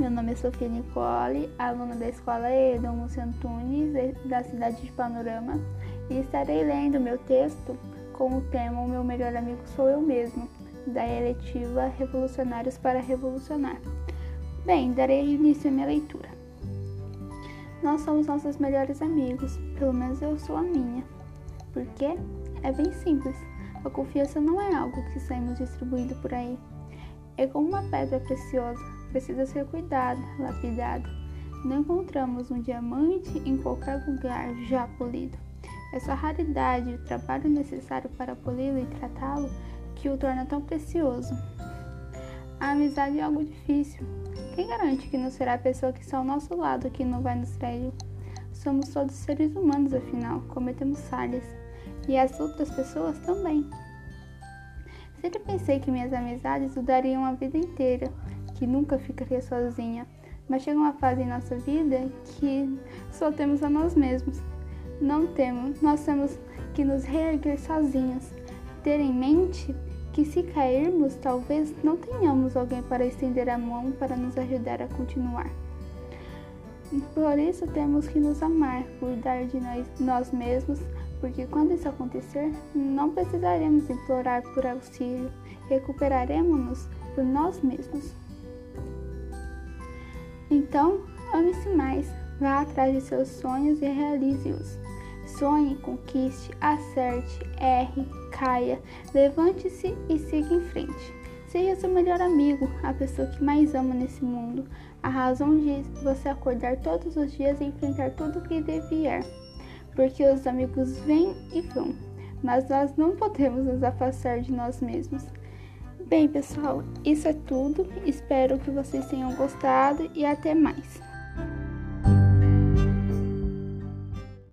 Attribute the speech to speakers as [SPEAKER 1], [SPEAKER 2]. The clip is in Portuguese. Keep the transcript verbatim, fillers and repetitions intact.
[SPEAKER 1] meu nome é Sofia Nicole, aluna da Escola Edom Lúcio Antunes, da cidade de Panorama, e estarei lendo meu texto com o tema O Meu Melhor Amigo Sou Eu Mesmo, da eletiva Revolucionários para Revolucionar. Bem, darei início à minha leitura. Nós somos nossos melhores amigos, pelo menos eu sou a minha. Por quê? É bem simples. A confiança não é algo que saímos distribuindo por aí. É como uma pedra preciosa, precisa ser cuidada, lapidada. Não encontramos um diamante em qualquer lugar já polido. É só a raridade e o trabalho necessário para poli-lo e tratá-lo que o torna tão precioso. A amizade é algo difícil. Quem garante que não será a pessoa que está ao nosso lado que não vai nos trair? Somos todos seres humanos, afinal, cometemos falhas. E as outras pessoas também. Sempre pensei que minhas amizades durariam a vida inteira, que nunca ficaria sozinha. Mas chega uma fase em nossa vida que só temos a nós mesmos. Não temos, nós temos que nos reerguer sozinhos. Ter em mente que se cairmos, talvez não tenhamos alguém para estender a mão para nos ajudar a continuar. Por isso temos que nos amar, cuidar de nós, nós mesmos, porque quando isso acontecer, não precisaremos implorar por auxílio, recuperaremos-nos por nós mesmos. Então, ame-se mais, vá atrás de seus sonhos e realize-os. Sonhe, conquiste, acerte, erre, caia, levante-se e siga em frente. Seja seu melhor amigo, a pessoa que mais ama nesse mundo, a razão de você acordar todos os dias e enfrentar tudo o que vier. Porque os amigos vêm e vão, mas nós não podemos nos afastar de nós mesmos. Bem, pessoal, isso é tudo. Espero que vocês tenham gostado e até mais.